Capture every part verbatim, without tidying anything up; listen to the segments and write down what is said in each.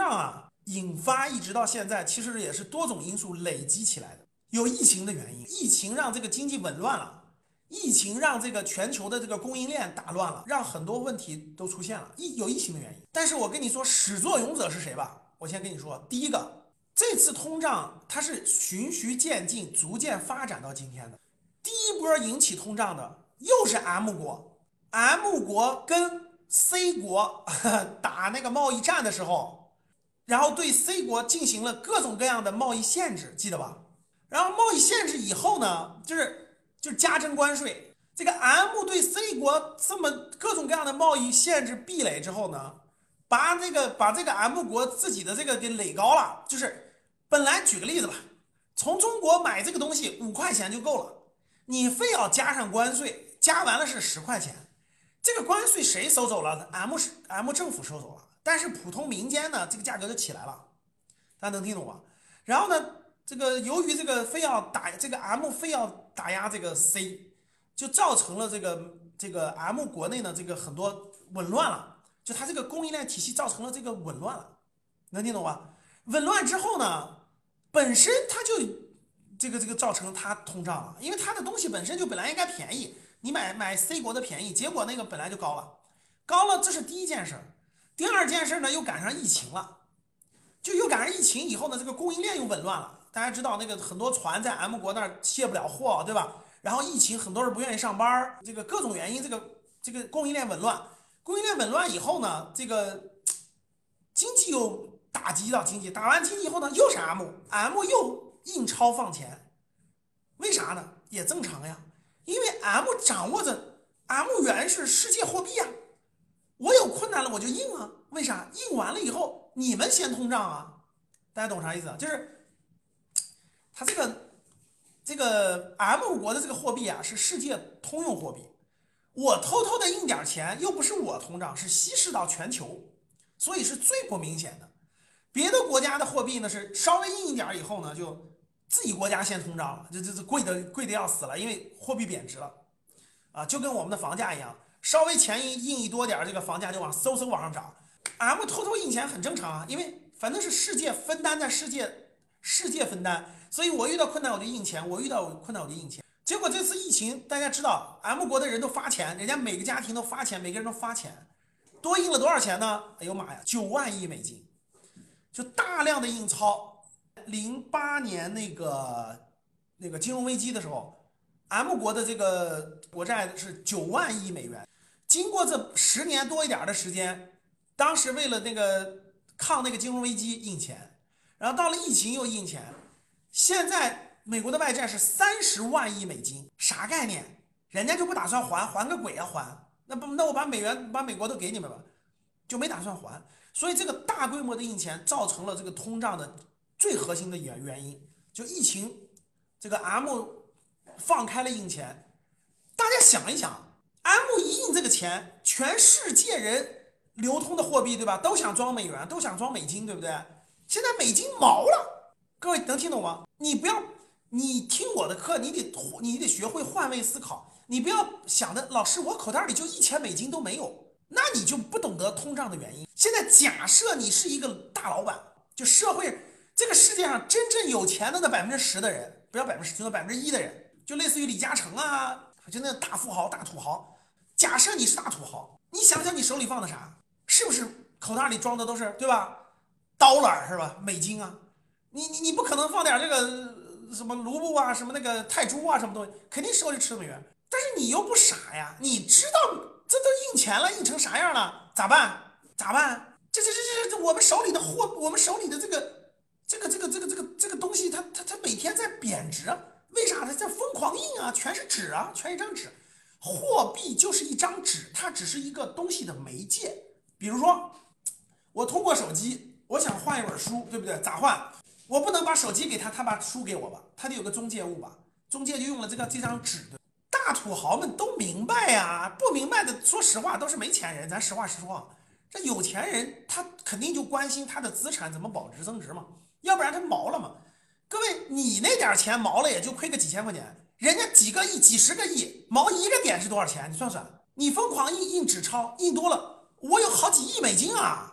胀啊，引发一直到现在，其实也是多种因素累积起来的。有疫情的原因，疫情让这个经济紊乱了，疫情让这个全球的这个供应链打乱了，让很多问题都出现了。疫有疫情的原因，但是我跟你说，始作俑者是谁吧？我先跟你说，第一个，这次通胀它是循序渐进、逐渐发展到今天的。第一波引起通胀的又是 M 国，M 国跟 C 国打那个贸易战的时候，然后对 C 国进行了各种各样的贸易限制，记得吧？然后贸易限制以后呢，就是就是加征关税。这个 M 对 C 国这么各种各样的贸易限制壁垒之后呢，把这个把这个 M 国自己的这个给垒高了。就是本来举个例子吧，从中国买这个东西五块钱就够了，你非要加上关税，加完了是十块钱。这个关税谁收走了 ？M 是 M 政府收走了，但是普通民间呢，这个价格就起来了，大家能听懂吗？然后呢，这个由于这个非要打这个 M 非要打压这个 C，就造成了这个这个 M 国内呢这个很多紊乱了，就它这个供应链体系造成了这个紊乱了，能听懂吧？紊乱之后呢，本身它就这个这个造成它通胀了，因为它的东西本身就本来应该便宜，你买买 C 国的便宜，结果那个本来就高了，高了，这是第一件事。第二件事呢，又赶上疫情了。就又赶上疫情以后呢，这个供应链又紊乱了。大家知道那个很多船在 M 国那儿卸不了货，对吧？然后疫情很多人不愿意上班，这个各种原因，这个这个供应链紊乱，供应链紊乱以后呢，这个经济又打击到经济，打完经济以后呢，又是 M，M 又印钞放钱，为啥呢？也正常呀，因为 M 掌握着 M 元是世界货币呀，我有困难了我就印啊，为啥？印完了以后你们先通胀啊，大家懂啥意思啊？就是它这个这个 M 国的这个货币啊是世界通用货币，我偷偷的印点钱又不是我通胀，是稀释到全球，所以是最不明显的。别的国家的货币呢是稍微印一点以后呢，就自己国家先通胀了，这这这贵的贵的要死了，因为货币贬值了啊，就跟我们的房价一样，稍微钱印印一多点，这个房价就往嗖嗖往上涨。M 偷偷印钱很正常啊，因为反正是世界分担在世界世界分担，所以我遇到困难我就印钱，我遇到困难我就印钱。结果这次疫情，大家知道 M 国的人都发钱，人家每个家庭都发钱，每个人都发钱，多印了多少钱呢？哎呦妈呀，九万亿美金，就大量的印钞。零八年那个那个金融危机的时候，M 国的这个国债是九万亿美元。经过这十年多一点的时间，当时为了那个抗那个金融危机印钱，然后到了疫情又印钱，现在美国的外债是三十万亿美金，啥概念？人家就不打算还，还个鬼啊还！那不那我把美元把美国都给你们吧，就没打算还。所以这个大规模的印钱造成了这个通胀的最核心的原原因，就疫情，这个 M 放开了印钱，大家想一想 ，M 一印这个钱，全世界人流通的货币对吧，都想装美元，都想装美金，对不对？现在美金毛了，各位能听懂吗？你不要，你听我的课，你得你得学会换位思考，你不要想的老师我口袋里就一钱美金都没有，那你就不懂得通胀的原因。现在假设你是一个大老板，就社会这个世界上真正有钱的那百分之十的人，不要百分之十，就那百分之一的人，就类似于李嘉诚啊，就那大富豪、大土豪。假设你是大土豪，你想想你手里放的啥？是不是口袋里装的都是对吧？刀了是吧？美金啊，你你你不可能放点这个什么卢布啊，什么那个泰铢啊，什么东西，肯定手里吃美元。但是你又不傻呀，你知道这都印钱了，印成啥样了？咋办？咋办？这这这这这我们手里的货，我们手里的这个这个这个这个这个这个东西，它它它每天在贬值啊。为啥它在疯狂印啊？全是纸啊，全是一张纸。货币就是一张纸，它只是一个东西的媒介。比如说，我通过手机，我想换一本书，对不对？咋换？我不能把手机给他，他把书给我吧？他得有个中介物吧？中介就用了这个这张纸。大土豪们都明白呀，不明白的，说实话都是没钱人。咱实话实说，这有钱人他肯定就关心他的资产怎么保值增值嘛，要不然他毛了嘛。各位，你那点钱毛了也就亏个几千块钱。人家几个亿、几十个亿，毛一个点是多少钱？你算算，你疯狂印印纸钞，印多了，我有好几亿美金啊！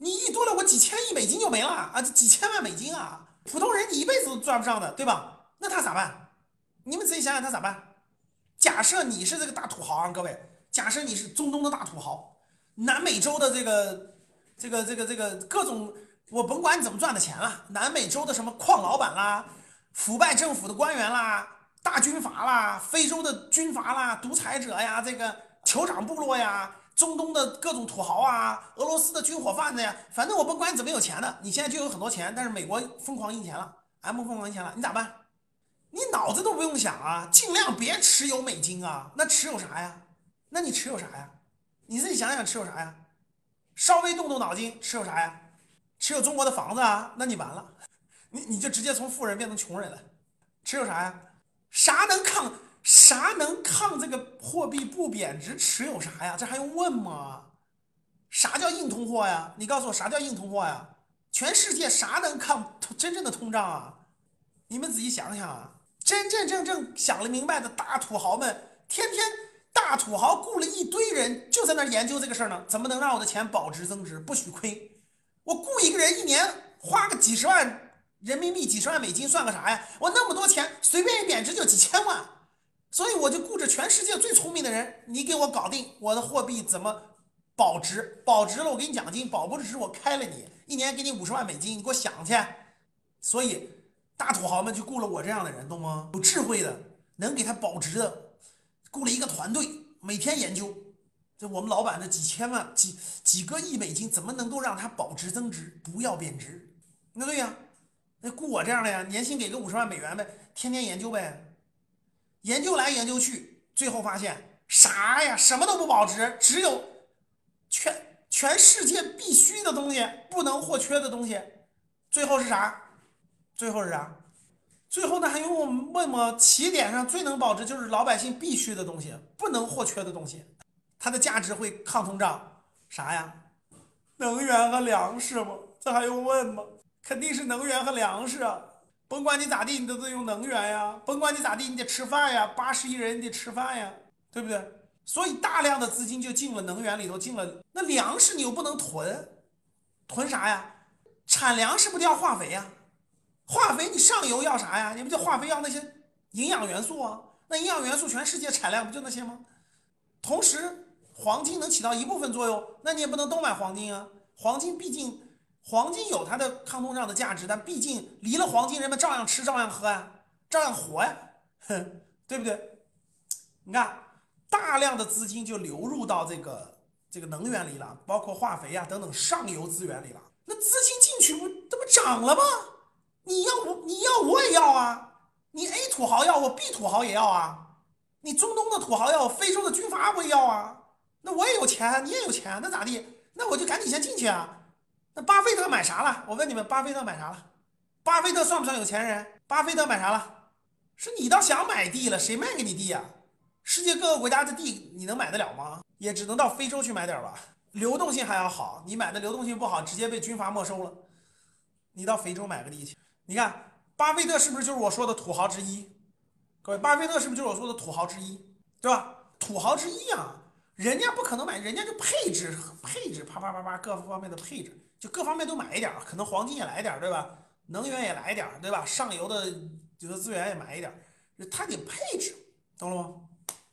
你一多了，我几千亿美金就没了啊，几千万美金啊，普通人你一辈子都赚不上的，对吧？那他咋办？你们自己想想他咋办？假设你是这个大土豪啊，各位，假设你是中东的大土豪，南美洲的这个这个这个这个各种，我甭管你怎么赚的钱了，南美洲的什么矿老板啦，腐败政府的官员啦，大军阀啦，非洲的军阀啦，独裁者呀，这个酋长部落呀，中东的各种土豪啊，俄罗斯的军火贩子呀，反正我不管你怎么有钱的，你现在就有很多钱，但是美国疯狂印钱了，M 疯狂印钱了，你咋办？你脑子都不用想啊，尽量别持有美金啊，那持有啥呀？那你持有啥呀？你自己想想持有啥呀？稍微动动脑筋，持有啥呀？持有中国的房子啊？那你完了，你你就直接从富人变成穷人了。持有啥呀？啥能抗？啥能抗这个货币不贬值？持有啥呀？这还用问吗？啥叫硬通货呀？你告诉我啥叫硬通货呀？全世界啥能抗真正的通胀啊？你们仔细想想啊，真真正正想了明白的大土豪们，天天大土豪雇了一堆人，就在那研究这个事儿呢，怎么能让我的钱保值增值，不许亏？我雇一个人一年花个几十万人民币、几十万美金，算个啥呀？我那么多钱，随便一贬值就几千万，所以我就雇着全世界最聪明的人，你给我搞定我的货币怎么保值？保值了我给你奖金，保不值我开了你，一年给你五十万美金，你给我想去。所以大土豪们就雇了我这样的人，懂吗？有智慧的，能给他保值的，雇了一个团队，每天研究。这我们老板的几千万、几几个亿美金，怎么能够让它保值增值，不要贬值？那对呀，那雇我这样的呀，年薪给个五十万美元呗，天天研究呗，研究来研究去，最后发现啥呀？什么都不保值，只有全全世界必须的东西，不能或缺的东西。最后是啥？最后是啥？最后呢还用我们问吗？起点上最能保值就是老百姓必须的东西，不能或缺的东西，它的价值会抗通胀。啥呀？能源和粮食吗？这还用问吗？肯定是能源和粮食啊！甭管你咋地，你都得用能源呀。甭管你咋地，你得吃饭呀。八十亿人，你得吃饭呀，对不对？所以大量的资金就进了能源里头，进了那粮食你又不能囤，囤啥呀？产粮食不就要化肥呀？化肥你上游要啥呀？你不就化肥要那些营养元素啊？那营养元素全世界产量不就那些吗？同时，黄金能起到一部分作用，那你也不能都买黄金啊。黄金毕竟，黄金有它的抗通胀的价值，但毕竟离了黄金，人们照样吃，照样喝呀，照样活呀，哼，对不对？你看，大量的资金就流入到这个这个能源里了，包括化肥啊等等上游资源里了。那资金进去不这不涨了吗？你要我你要我也要啊，你 A 土豪要我 B 土豪也要啊，你中东的土豪要我非洲的军阀我也要啊，那我也有钱，你也有钱，那咋地？那我就赶紧先进去啊。那巴菲特买啥了？我问你们，巴菲特买啥了？巴菲特算不算有钱人？巴菲特买啥了？是你倒想买地了，谁卖给你地呀、啊？世界各个国家的地你能买得了吗？也只能到非洲去买点吧，流动性还要好，你买的流动性不好，直接被军阀没收了。你到非洲买个地去。你看，巴菲特是不是就是我说的土豪之一？各位，巴菲特是不是就是我说的土豪之一？对吧？土豪之一啊，人家不可能买，人家就配置配置，啪啪啪啪，各方面的配置，就各方面都买一点，可能黄金也来一点，对吧？能源也来一点，对吧？上游的这个资源也买一点，他得配置，懂了吗？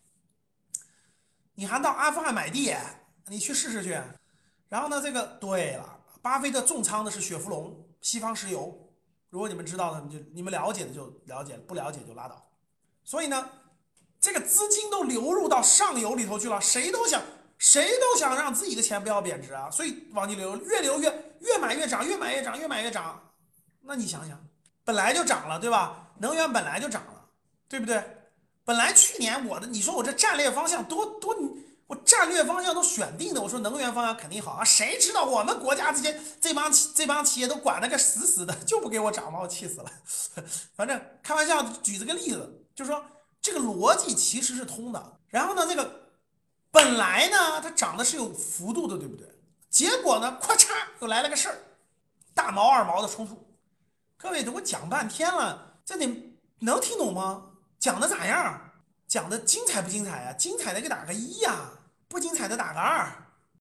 你还到阿富汗买地，你去试试去。然后呢，这个对了，巴菲特重仓的是雪佛龙、西方石油。如果你们知道的，你就你们了解的就了解，不了解就拉倒。所以呢，这个资金都流入到上游里头去了，谁都想谁都想让自己的钱不要贬值啊，所以往进流，越流越越买越涨，越买越涨，越买越涨。那你想想，本来就涨了，对吧？能源本来就涨了，对不对？本来去年我的，你说我这战略方向多多，我战略方向都选定的，我说能源方向肯定好啊，谁知道我们国家这些这帮这帮企业都管得个死死的，就不给我涨，把我气死了。反正开玩笑举这个例子，就是说这个逻辑其实是通的。然后呢，这个本来呢它涨的是有幅度的，对不对？结果呢，咔嚓又来了个事儿，大毛二毛的冲突。各位，我讲半天了，这你能听懂吗？讲的咋样？讲的精彩不精彩呀、啊？精彩的给打个一呀、啊，不精彩的打个二。